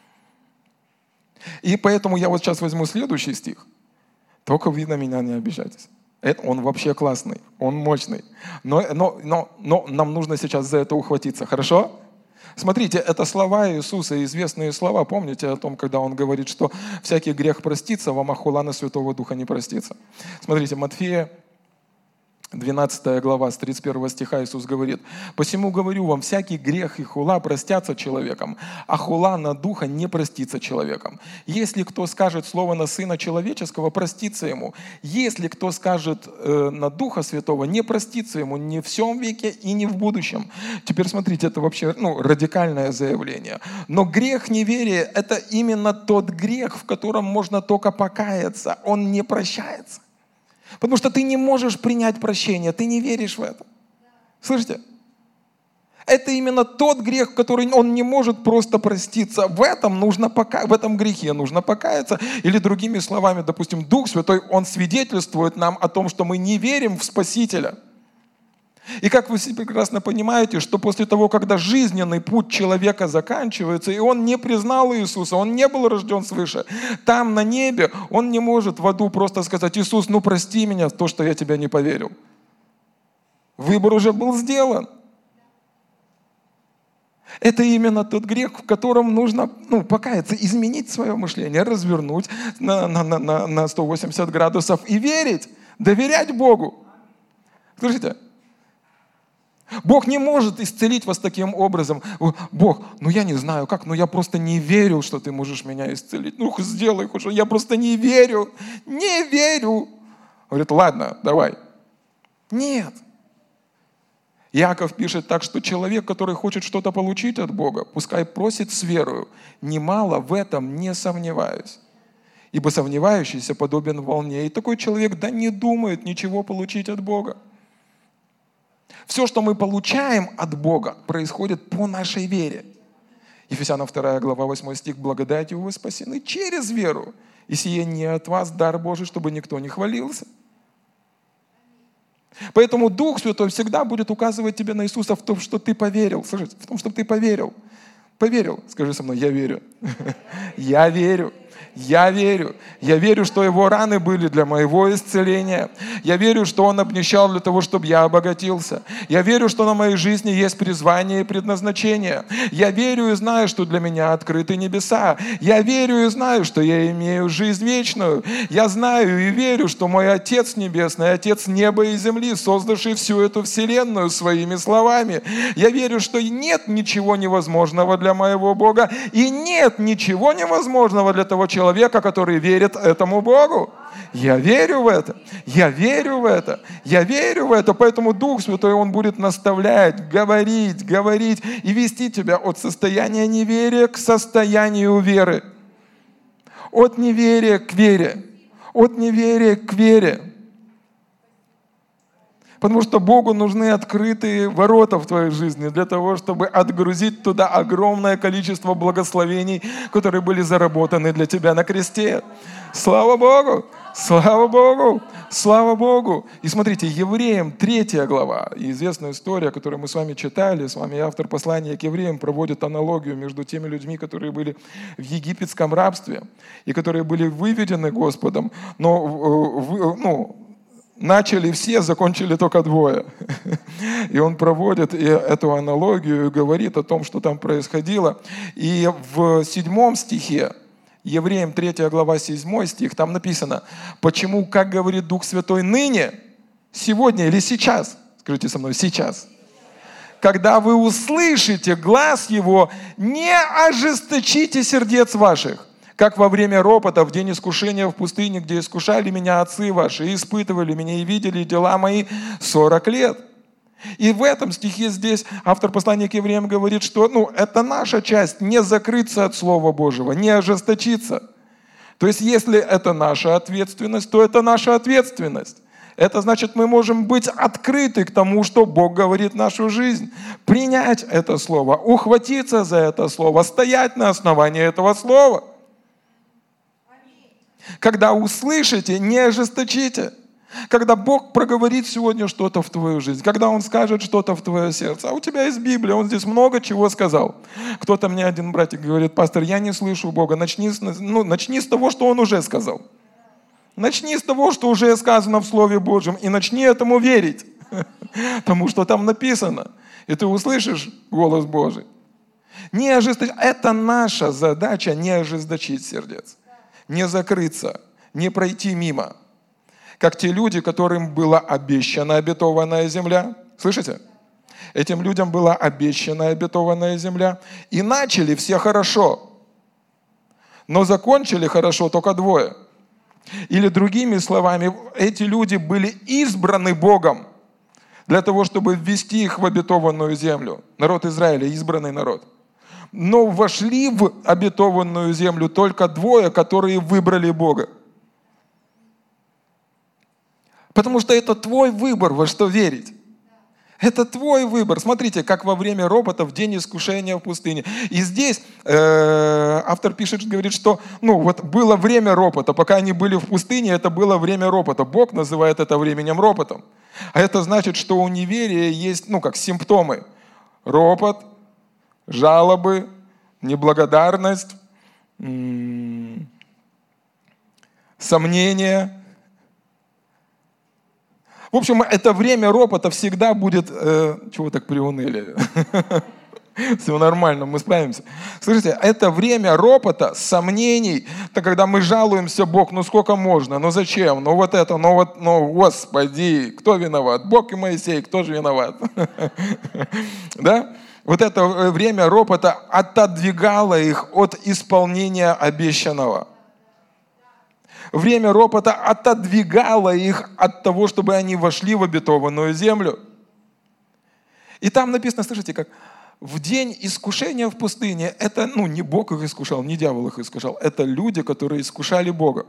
И поэтому я вот сейчас возьму следующий стих. Только вы на меня не обижайтесь. Это, он вообще классный, он мощный. Но, но, но, но нам нужно сейчас за это ухватиться, хорошо? Смотрите, это слова Иисуса, известные слова. Помните о том, когда Он говорит, что всякий грех простится, вам, а хула на Святого Духа не простится. Смотрите, Матфея, двенадцатая глава, с тридцать первого стиха Иисус говорит: «Посему говорю вам, всякий грех и хула простятся человеком, а хула на Духа не простится человеком. Если кто скажет слово на Сына Человеческого, простится ему. Если кто скажет э, на Духа Святого, не простится ему ни в всем веке и ни в будущем». Теперь смотрите, это вообще ну, радикальное заявление. Но грех неверия – это именно тот грех, в котором можно только покаяться. Он не прощается. Потому что ты не можешь принять прощение, ты не веришь в это. Слышите? Это именно тот грех, который он не может просто проститься. В этом, нужно пока... в этом грехе нужно покаяться. Или другими словами, допустим, Дух Святой, Он свидетельствует нам о том, что мы не верим в Спасителя. И как вы все прекрасно понимаете, что после того, когда жизненный путь человека заканчивается, и он не признал Иисуса, он не был рожден свыше, там на небе он не может в аду просто сказать: «Иисус, ну прости меня, то, что я тебя не поверил». Выбор уже был сделан. Это именно тот грех, в котором нужно ну, покаяться, изменить свое мышление, развернуть на, на, на, на сто восемьдесят градусов и верить, доверять Богу. Слышите? Бог не может исцелить вас таким образом. Бог, ну я не знаю как, но я просто не верю, что ты можешь меня исцелить. Ну сделай хоть что, я просто не верю, не верю. Говорит, ладно, давай. Нет. Иаков пишет так, что человек, который хочет что-то получить от Бога, пускай просит с верою, немало в этом не сомневаюсь. Ибо сомневающийся подобен волне. И такой человек да не думает ничего получить от Бога. Все, что мы получаем от Бога, происходит по нашей вере. Ефесянам вторая глава, восьмой стих. «Благодатью вы спасены через веру, и сие не от вас дар Божий, чтобы никто не хвалился». Поэтому Дух Святой всегда будет указывать тебе на Иисуса в том, что ты поверил. Слышите? В том, что ты поверил. Поверил. Скажи со мной: я верю. Я верю. Я верю. Я верю, что Его раны были для моего исцеления. Я верю, что Он обнищал для того, чтобы я обогатился. Я верю, что на моей жизни есть призвание и предназначение. Я верю и знаю, что для меня открыты небеса. Я верю и знаю, что я имею жизнь вечную. Я знаю и верю, что мой Отец Небесный, Отец неба и земли, создавший всю эту вселенную своими словами. Я верю, что нет ничего невозможного для моего Бога, и нет ничего невозможного для того человека, человека, который верит этому Богу. Я верю в это. Я верю в это. Я верю в это. Поэтому Дух Святой, Он будет наставлять, говорить, говорить и вести тебя от состояния неверия к состоянию веры. От неверия к вере. От неверия к вере. Потому что Богу нужны открытые ворота в твоей жизни для того, чтобы отгрузить туда огромное количество благословений, которые были заработаны для тебя на кресте. Слава Богу! Слава Богу! Слава Богу! И смотрите, Евреям третья глава, известная история, которую мы с вами читали, с вами автор послания к Евреям проводит аналогию между теми людьми, которые были в египетском рабстве и которые были выведены Господом, но ну, начали все, закончили только двое. И он проводит эту аналогию и говорит о том, что там происходило. И в седьмом стихе, Евреям третья глава, седьмой стих, там написано: «Почему, как говорит Дух Святой, ныне, сегодня или сейчас?» Скажите со мной: сейчас. «Когда вы услышите глас Его, не ожесточите сердец ваших, Как во время ропота, в день искушения в пустыне, где искушали меня отцы ваши, и испытывали меня, и видели дела мои сорок лет. И в этом стихе здесь автор послания к евреям говорит, что ну, это наша часть, не закрыться от Слова Божьего, не ожесточиться. То есть, если это наша ответственность, то это наша ответственность. Это значит, мы можем быть открыты к тому, что Бог говорит в нашу жизнь. Принять это Слово, ухватиться за это Слово, стоять на основании этого Слова. Когда услышите, не ожесточите. Когда Бог проговорит сегодня что-то в твою жизнь, когда Он скажет что-то в твое сердце, а у тебя есть Библия, Он здесь много чего сказал. Кто-то мне, один братик говорит: пастор, я не слышу Бога, начни, ну, начни с того, что Он уже сказал. Начни с того, что уже сказано в Слове Божьем, и начни этому верить, потому что там написано, и ты услышишь голос Божий. Не ожесточить. Это наша задача, не ожесточить сердец, не закрыться, не пройти мимо. Как те люди, которым была обещана обетованная земля. Слышите? Этим людям была обещана обетованная земля. И начали все хорошо. Но закончили хорошо только двое. Или другими словами, эти люди были избраны Богом для того, чтобы ввести их в обетованную землю. Народ Израиля, избранный народ. Но вошли в обетованную землю только двое, которые выбрали Бога. Потому что это твой выбор, во что верить. Это твой выбор. Смотрите, как во время ропота, в день искушения в пустыне. И здесь э, автор пишет, говорит, что ну, вот было время ропота. Пока они были в пустыне, это было время ропота. Бог называет это временем ропотом. А это значит, что у неверия есть, ну, как симптомы. Ропот, жалобы, неблагодарность, м- сомнения. В общем, это время ропота всегда будет... Э, чего так приуныли? Все нормально, мы справимся. Слушайте, это время ропота, сомнений, это когда мы жалуемся: Бог, ну сколько можно, ну зачем, ну вот это, ну вот, ну Господи, кто виноват? Бог и Моисей, кто же виноват? Да? Вот это время ропота отодвигало их от исполнения обещанного. Время ропота отодвигало их от того, чтобы они вошли в обетованную землю. И там написано, слышите, как в день искушения в пустыне, это ну, не Бог их искушал, не дьявол их искушал, это люди, которые искушали Бога.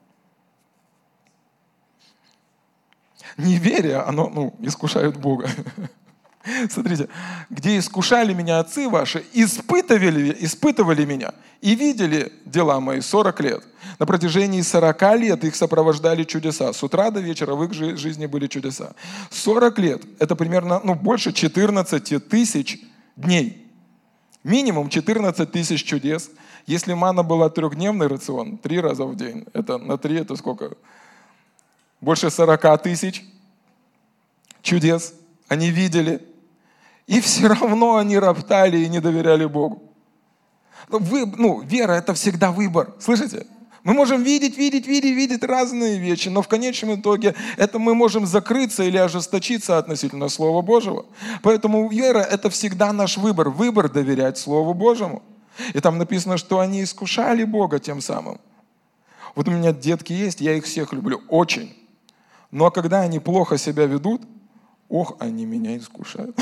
Неверие, оно ну, искушает Бога. Смотрите, где искушали меня отцы ваши, испытывали, испытывали меня и видели дела мои сорок лет. На протяжении сорока лет их сопровождали чудеса. С утра до вечера в их жизни были чудеса. сорок лет – это примерно ну, больше четырнадцати тысяч дней. Минимум четырнадцать тысяч чудес. Если манна была трехдневный рацион, три раза в день, это на три это сколько? Больше сорока тысяч чудес они видели. И все равно они роптали и не доверяли Богу. Вы, ну, вера – это всегда выбор. Слышите? Мы можем видеть, видеть, видеть, видеть разные вещи, но в конечном итоге это мы можем закрыться или ожесточиться относительно Слова Божьего. Поэтому вера – это всегда наш выбор. Выбор доверять Слову Божьему. И там написано, что они искушали Бога тем самым. Вот у меня детки есть, я их всех люблю, очень. Но когда они плохо себя ведут, ох, они меня искушают.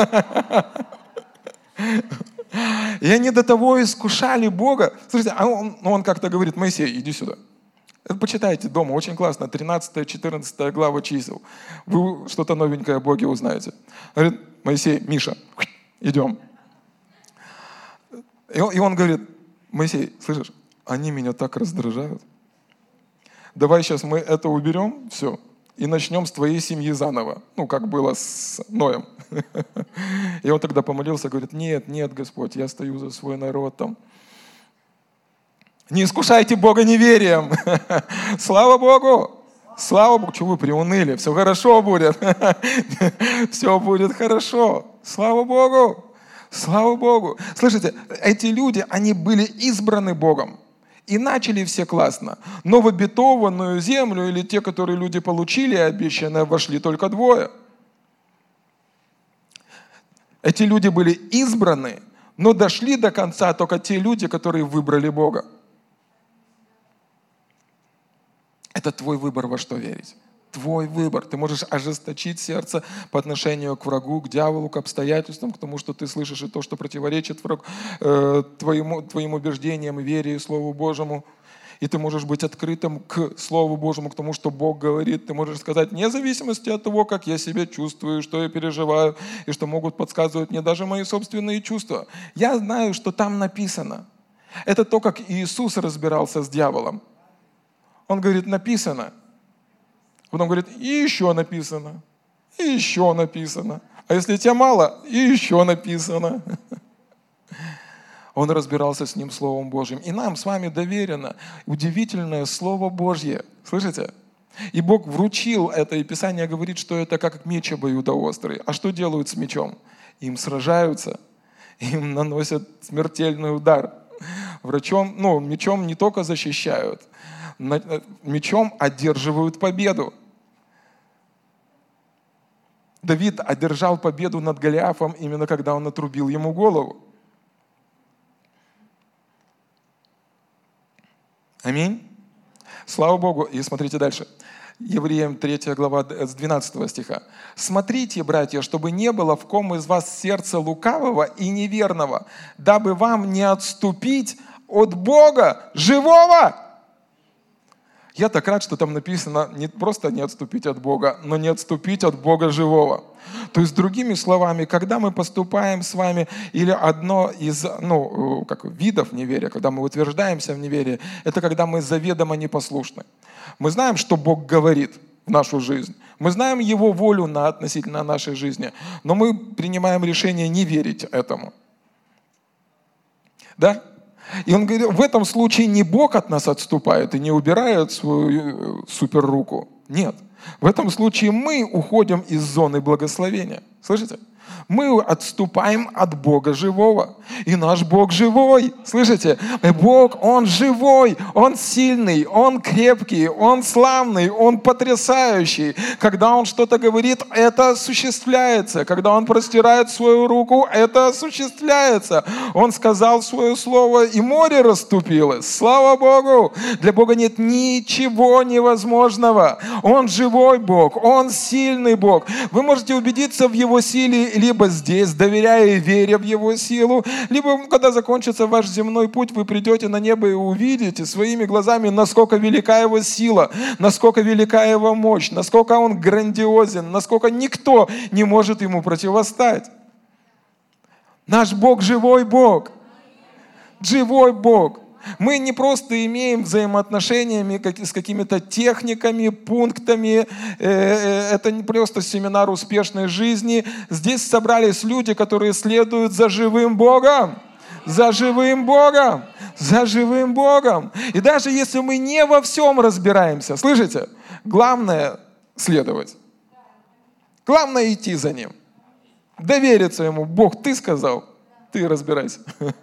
И они до того искушали Бога. Слушайте, а он, он как-то говорит: Моисей, иди сюда. Это почитайте дома, очень классно. тринадцатая-четырнадцатая глава чисел. Вы что-то новенькое о Боге узнаете. Говорит: Моисей, Миша, идем. И он, и он говорит: Моисей, слышишь, они меня так раздражают. Давай сейчас мы это уберем, все. И начнем с твоей семьи заново. Ну, как было с Ноем. И он тогда помолился, говорит: нет, нет, Господь, я стою за свой народ там. Не искушайте Бога неверием. Слава Богу! Слава Богу! Чего вы приуныли? Все хорошо будет. Все будет хорошо. Слава Богу! Слава Богу! Слышите, эти люди, они были избраны Богом. И начали все классно. Но в обетованную землю, или те, которые люди получили обещанное, вошли только двое. Эти люди были избраны, но дошли до конца только те люди, которые выбрали Бога. Это твой выбор, во что верить. Твой выбор. Ты можешь ожесточить сердце по отношению к врагу, к дьяволу, к обстоятельствам, к тому, что ты слышишь, и то, что противоречит врагу, э, твоему, твоим убеждениям, вере и Слову Божьему. И ты можешь быть открытым к Слову Божьему, к тому, что Бог говорит. Ты можешь сказать, вне зависимости от того, как я себя чувствую, что я переживаю, и что могут подсказывать мне даже мои собственные чувства. Я знаю, что там написано. Это то, как Иисус разбирался с дьяволом. Он говорит, написано. Потом говорит, и еще написано, и еще написано. А если тебе мало, и еще написано. Он разбирался с ним Словом Божьим. И нам с вами доверено удивительное Слово Божье. Слышите? И Бог вручил это, и Писание говорит, что это как меч обоюдоострый. А что делают с мечом? Им сражаются, им наносят смертельный удар. Врачом, ну, мечом не только защищают, мечом одерживают победу. Давид одержал победу над Голиафом именно когда он отрубил ему голову. Аминь. Слава Богу. И смотрите дальше. Евреям третья глава с двенадцатого стиха. «Смотрите, братья, чтобы не было в ком из вас сердца лукавого и неверного, дабы вам не отступить от Бога живого». Я так рад, что там написано не просто не отступить от Бога, но не отступить от Бога живого. То есть, другими словами, когда мы поступаем с вами, или одно из ну, как, видов неверия, когда мы утверждаемся в неверии, это когда мы заведомо непослушны. Мы знаем, что Бог говорит в нашу жизнь. Мы знаем Его волю на, относительно нашей жизни, но мы принимаем решение не верить этому. Да? И он говорит, в этом случае не Бог от нас отступает и не убирает свою суперруку. Нет. В этом случае мы уходим из зоны благословения. Слышите? Мы отступаем от Бога живого. И наш Бог живой. Слышите? Бог, Он живой, Он сильный, Он крепкий, Он славный, Он потрясающий. Когда Он что-то говорит, это осуществляется. Когда Он простирает свою руку, это осуществляется. Он сказал свое слово, и море расступилось. Слава Богу! Для Бога нет ничего невозможного. Он живой Бог, Он сильный Бог. Вы можете убедиться в Его силе либо здесь, доверяя и веря в Его силу, либо, когда закончится ваш земной путь, вы придете на небо и увидите своими глазами, насколько велика Его сила, насколько велика Его мощь, насколько Он грандиозен, насколько никто не может Ему противостать. Наш Бог живой Бог. Живой Бог. Мы не просто имеем взаимоотношениями с какими-то техниками, пунктами. Это не просто семинар успешной жизни. Здесь собрались люди, которые следуют за живым Богом. За живым Богом. За живым Богом. И даже если мы не во всем разбираемся, слышите? Главное следовать. Главное идти за Ним. Довериться Ему. Бог, Ты сказал, Ты разбирайся.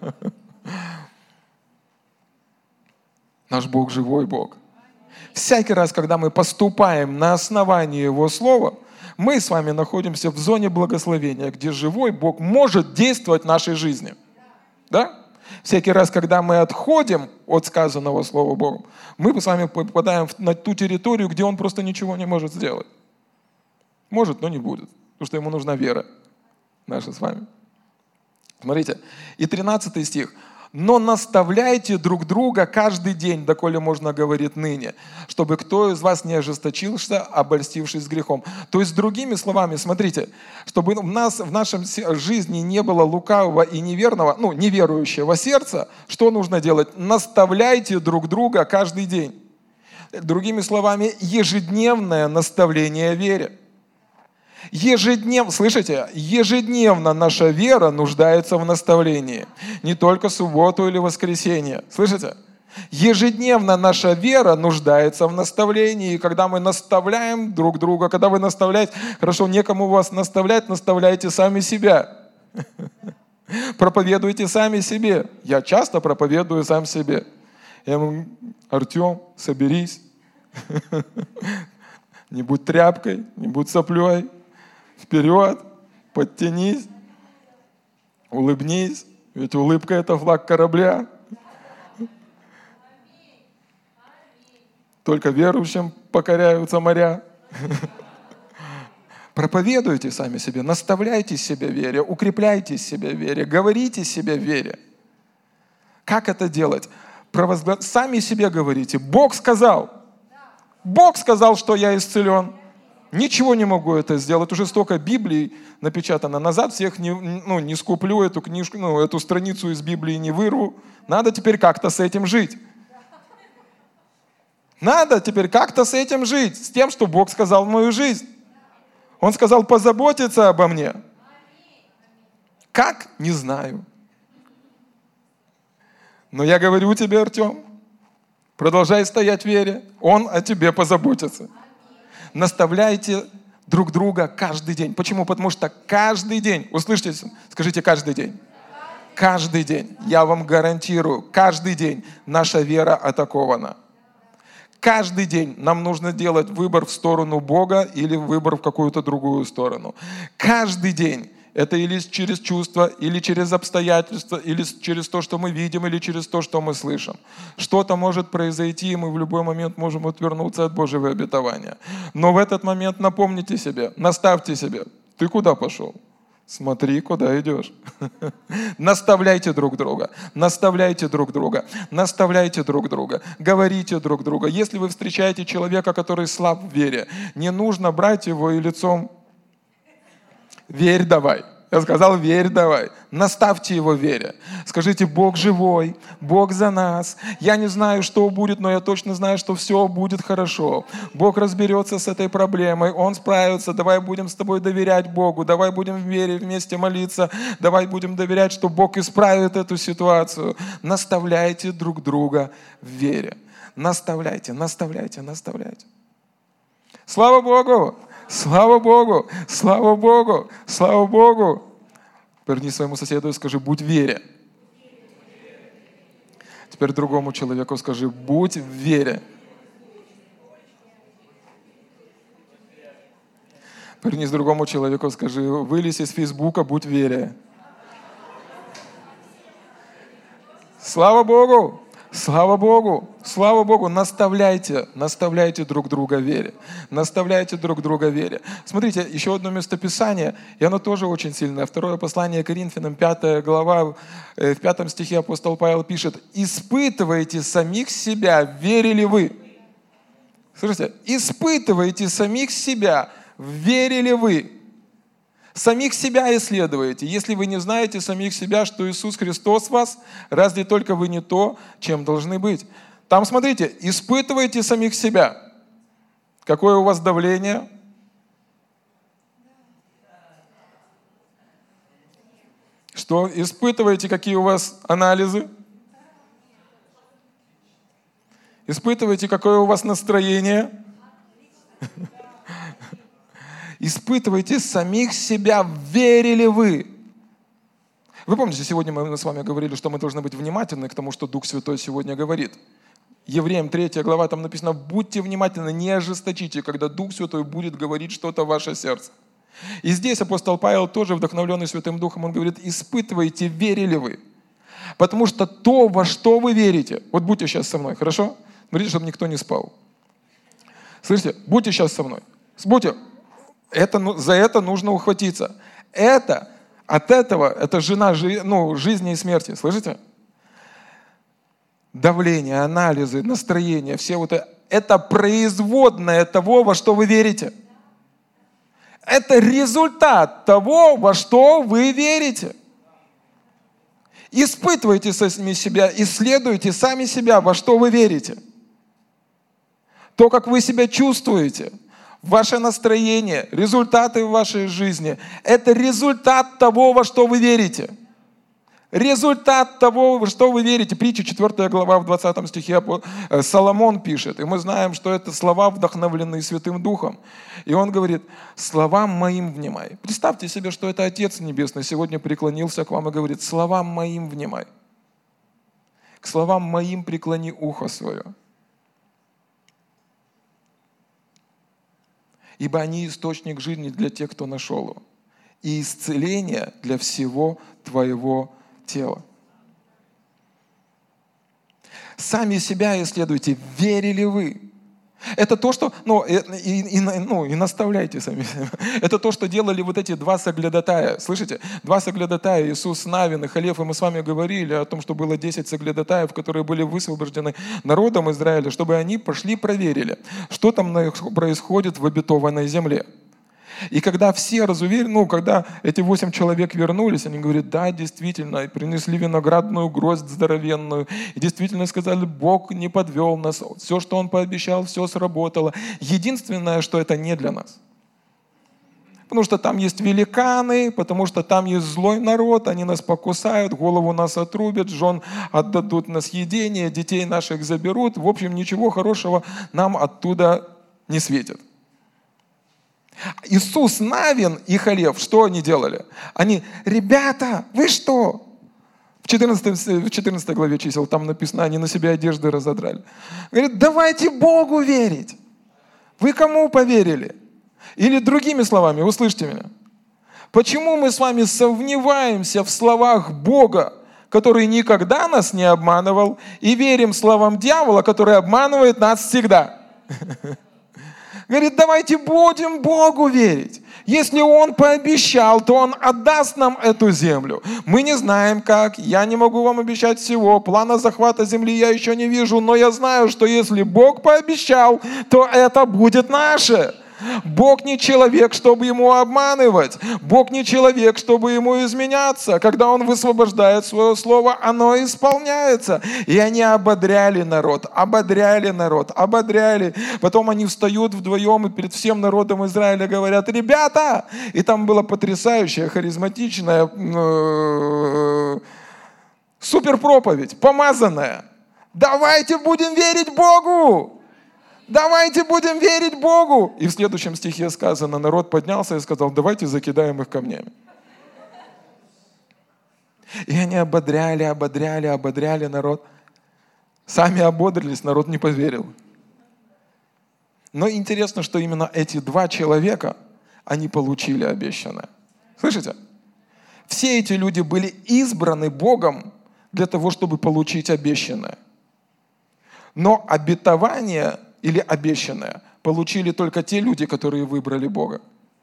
Наш Бог живой Бог. Всякий раз, когда мы поступаем на основании Его Слова, мы с вами находимся в зоне благословения, где живой Бог может действовать в нашей жизни. Да? Всякий раз, когда мы отходим от сказанного Слова Богом, мы с вами попадаем на ту территорию, где Он просто ничего не может сделать. Может, но не будет, потому что Ему нужна вера наша с вами. Смотрите, и тринадцатый стих. «Но наставляйте друг друга каждый день, доколе можно говорить ныне, чтобы кто из вас не ожесточился, обольстившись грехом». То есть, другими словами, смотрите, чтобы в нас, в нашем жизни не было лукавого и неверного, ну, неверующего сердца, что нужно делать? Наставляйте друг друга каждый день. Другими словами, ежедневное наставление о вере. Ежедневно, слышите, ежедневно наша вера нуждается в наставлении. Не только субботу или воскресенье. Слышите? Ежедневно наша вера нуждается в наставлении. И когда мы наставляем друг друга, когда вы наставляете, хорошо, некому вас наставлять, наставляйте сами себя. Проповедуйте сами себе. Я часто проповедую сам себе. Я говорю, Артем, соберись. Не будь тряпкой, не будь соплей. Вперед, подтянись, улыбнись, ведь улыбка – это флаг корабля. только верующим покоряются моря. Проповедуйте сами себе, наставляйте себя в вере, укрепляйте себя в вере, говорите себе в вере. Как это делать? Провозгла... Сами себе говорите. Бог сказал. Бог сказал, что я исцелен. Ничего не могу это сделать. Уже столько Библий напечатано. Назад всех не, ну, не скуплю, эту книжку, ну, эту страницу из Библии не вырву. Надо теперь как-то с этим жить. Надо теперь как-то с этим жить. С тем, что Бог сказал в мою жизнь. Он сказал позаботиться обо мне. Как? Не знаю. Но я говорю тебе, Артем, продолжай стоять в вере. Он о тебе позаботится. Наставляйте друг друга каждый день. Почему? Потому что каждый день, услышьте, скажите каждый день. Каждый день, я вам гарантирую, каждый день наша вера атакована. Каждый день нам нужно делать выбор в сторону Бога или выбор в какую-то другую сторону. Каждый день. Это или через чувства, или через обстоятельства, или через то, что мы видим, или через то, что мы слышим. Что-то может произойти, и мы в любой момент можем отвернуться от Божьего обетования. Но в этот момент напомните себе, наставьте себе, ты куда пошел? Смотри, куда идешь. Наставляйте друг друга, наставляйте друг друга, наставляйте друг друга, говорите друг друга. Если вы встречаете человека, который слаб в вере, не нужно брать его и лицом «верь давай». Я сказал «верь давай». Наставьте его в вере. Скажите «Бог живой, Бог за нас». Я не знаю, что будет, но я точно знаю, что все будет хорошо. Бог разберется с этой проблемой, Он справится. Давай будем с тобой доверять Богу. Давай будем в вере вместе молиться. Давай будем доверять, что Бог исправит эту ситуацию. Наставляйте друг друга в вере. Наставляйте, наставляйте, наставляйте. Слава Богу! Слава Богу! Слава Богу! Слава Богу! Поверни своему соседу и скажи, будь в вере. Теперь другому человеку скажи, будь в вере. Повернись к другому человеку, скажи, вылезь из Фейсбука, будь в вере. Слава Богу! Слава Богу! Слава Богу! Наставляйте, наставляйте друг друга в вере. Наставляйте друг друга в вере. Смотрите, еще одно местописание, и оно тоже очень сильное. Второе послание Коринфянам, пятая глава, в пятом стихе апостол Павел пишет, «Испытывайте самих себя, верили вы». Слышите? «Испытывайте самих себя, верили вы». Самих себя исследуете. Если вы не знаете самих себя, что Иисус Христос в вас, разве только вы не то, чем должны быть. Там, смотрите, испытывайте самих себя. Какое у вас давление? Что? Испытывайте, какие у вас анализы? Испытывайте, какое у вас настроение? Испытывайте самих себя, верили вы. Вы помните, сегодня мы с вами говорили, что мы должны быть внимательны к тому, что Дух Святой сегодня говорит. Евреям третья глава, там написано, будьте внимательны, не ожесточите, когда Дух Святой будет говорить что-то в ваше сердце. И здесь апостол Павел, тоже вдохновленный Святым Духом, он говорит, испытывайте, верили вы. Потому что то, во что вы верите, вот будьте сейчас со мной, хорошо? Смотрите, чтобы никто не спал. Слышите, будьте сейчас со мной. Будьте. Это, за это нужно ухватиться. Это, от этого, это жена ну, жизни и смерти. Слышите? Давление, анализы, настроение, все вот это, это производное того, во что вы верите. Это результат того, во что вы верите. Испытывайте сами себя, исследуйте сами себя, во что вы верите. То, как вы себя чувствуете, ваше настроение, результаты в вашей жизни – это результат того, во что вы верите. Результат того, во что вы верите. Притча четвёртая глава, в двадцатом стихе Соломон пишет. И мы знаем, что это слова, вдохновленные Святым Духом. И он говорит, словам моим внимай. Представьте себе, что это Отец Небесный сегодня преклонился к вам и говорит, словам моим внимай. К словам моим преклони ухо свое. Ибо они источник жизни для тех, кто нашел его, и исцеление для всего твоего тела. Сами себя исследуйте, верили вы. Это то, что, ну, и, и, и, ну, и наставляйте сами себя. Это то, что делали вот эти два соглядатая. Слышите? Два соглядатая, Иисус Навин и Халев, и мы с вами говорили о том, что было десять соглядатаев, которые были высвобождены народом Израиля, чтобы они пошли проверили, что там происходит в обетованной земле. И когда все разуверили, ну, когда эти восемь человек вернулись, они говорят, да, действительно, и принесли виноградную гроздь здоровенную, и действительно сказали, Бог не подвел нас, все, что Он пообещал, все сработало. Единственное, что это не для нас. Потому что там есть великаны, потому что там есть злой народ, они нас покусают, голову нас отрубят, жен отдадут на съедение, детей наших заберут. В общем, ничего хорошего нам оттуда не светит. Иисус Навин и Халев, что они делали? Они, ребята, вы что? В четырнадцатой, в четырнадцатой главе чисел там написано, они на себя одежды разодрали. Говорит, давайте Богу верить. Вы кому поверили? Или другими словами, услышьте меня. Почему мы с вами сомневаемся в словах Бога, который никогда нас не обманывал, и верим словам дьявола, который обманывает нас всегда? Говорит, давайте будем Богу верить. Если Он пообещал, то Он отдаст нам эту землю. Мы не знаем как, я не могу вам обещать всего. Плана захвата земли я еще не вижу, но я знаю, что если Бог пообещал, то это будет наше. Бог не человек, чтобы Ему обманывать. Бог не человек, чтобы Ему изменяться. Когда Он высвобождает свое слово, оно исполняется. И они ободряли народ, ободряли народ, ободряли. Потом они встают вдвоем и перед всем народом Израиля говорят, ребята! И там была потрясающая, харизматичная э, суперпроповедь, помазанная. Давайте будем верить Богу! Давайте будем верить Богу. И в следующем стихе сказано, народ поднялся и сказал, давайте закидаем их камнями. И они ободряли, ободряли, ободряли народ. Сами ободрились, народ не поверил. Но интересно, что именно эти два человека, они получили обещанное. Слышите? Все эти люди были избраны Богом для того, чтобы получить обещанное. Но обетование или обещанное получили только те люди, которые выбрали Бога.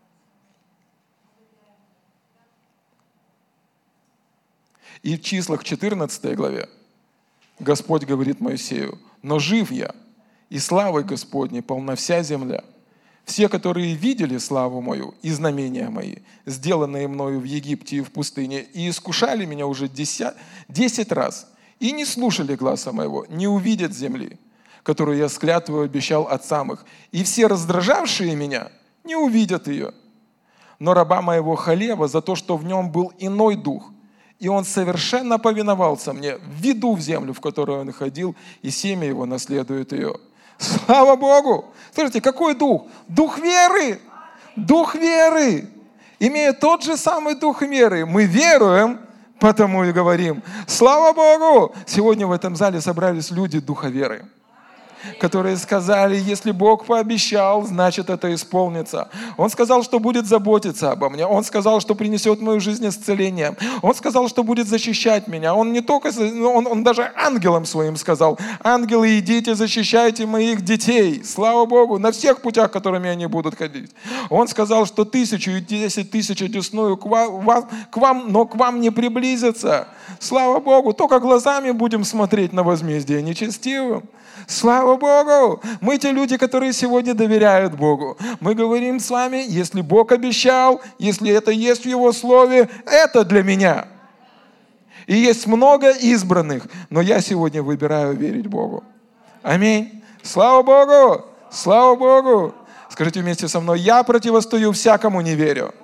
И в числах четырнадцатой главе Господь говорит Моисею, «Но жив я, и славой Господней полна вся земля. Все, которые видели славу мою и знамения мои, сделанные мною в Египте и в пустыне, и искушали меня уже десять раз, и не слушали гласа моего, не увидят земли, которую я с клятвой обещал отцам их. И все раздражавшие меня не увидят ее. Но раба моего Халева за то, что в нем был иной дух, и он совершенно повиновался мне, введу в землю, в которую он ходил, и семя его наследует ее». Слава Богу! Слушайте, какой дух? Дух веры! Дух веры! Имея тот же самый дух веры, мы веруем, потому и говорим. Слава Богу! Сегодня в этом зале собрались люди духа веры, которые сказали, если Бог пообещал, значит это исполнится. Он сказал, что будет заботиться обо мне. Он сказал, что принесет в мою жизнь исцеление. Он сказал, что будет защищать меня. Он не только, он, он даже ангелам своим сказал, ангелы, идите, защищайте моих детей. Слава Богу, на всех путях, которыми они будут ходить. Он сказал, что тысячу и десять тысяч одесную к вам, к вам, но к вам не приблизятся. Слава Богу, только глазами будем смотреть на возмездие нечестивым. Слава Богу! Мы те люди, которые сегодня доверяют Богу. Мы говорим с вами, если Бог обещал, если это есть в Его Слове, это для меня. И есть много избранных, но я сегодня выбираю верить Богу. Аминь. Слава Богу! Слава Богу! Скажите вместе со мной, я противостою всякому неверию.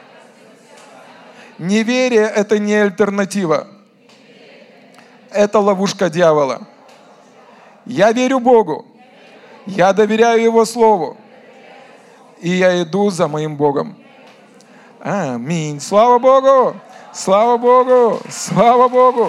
Неверие – это не альтернатива. Это ловушка дьявола. Я верю Богу. Я доверяю Его Слову. И я иду за моим Богом. Аминь. Слава Богу! Слава Богу! Слава Богу!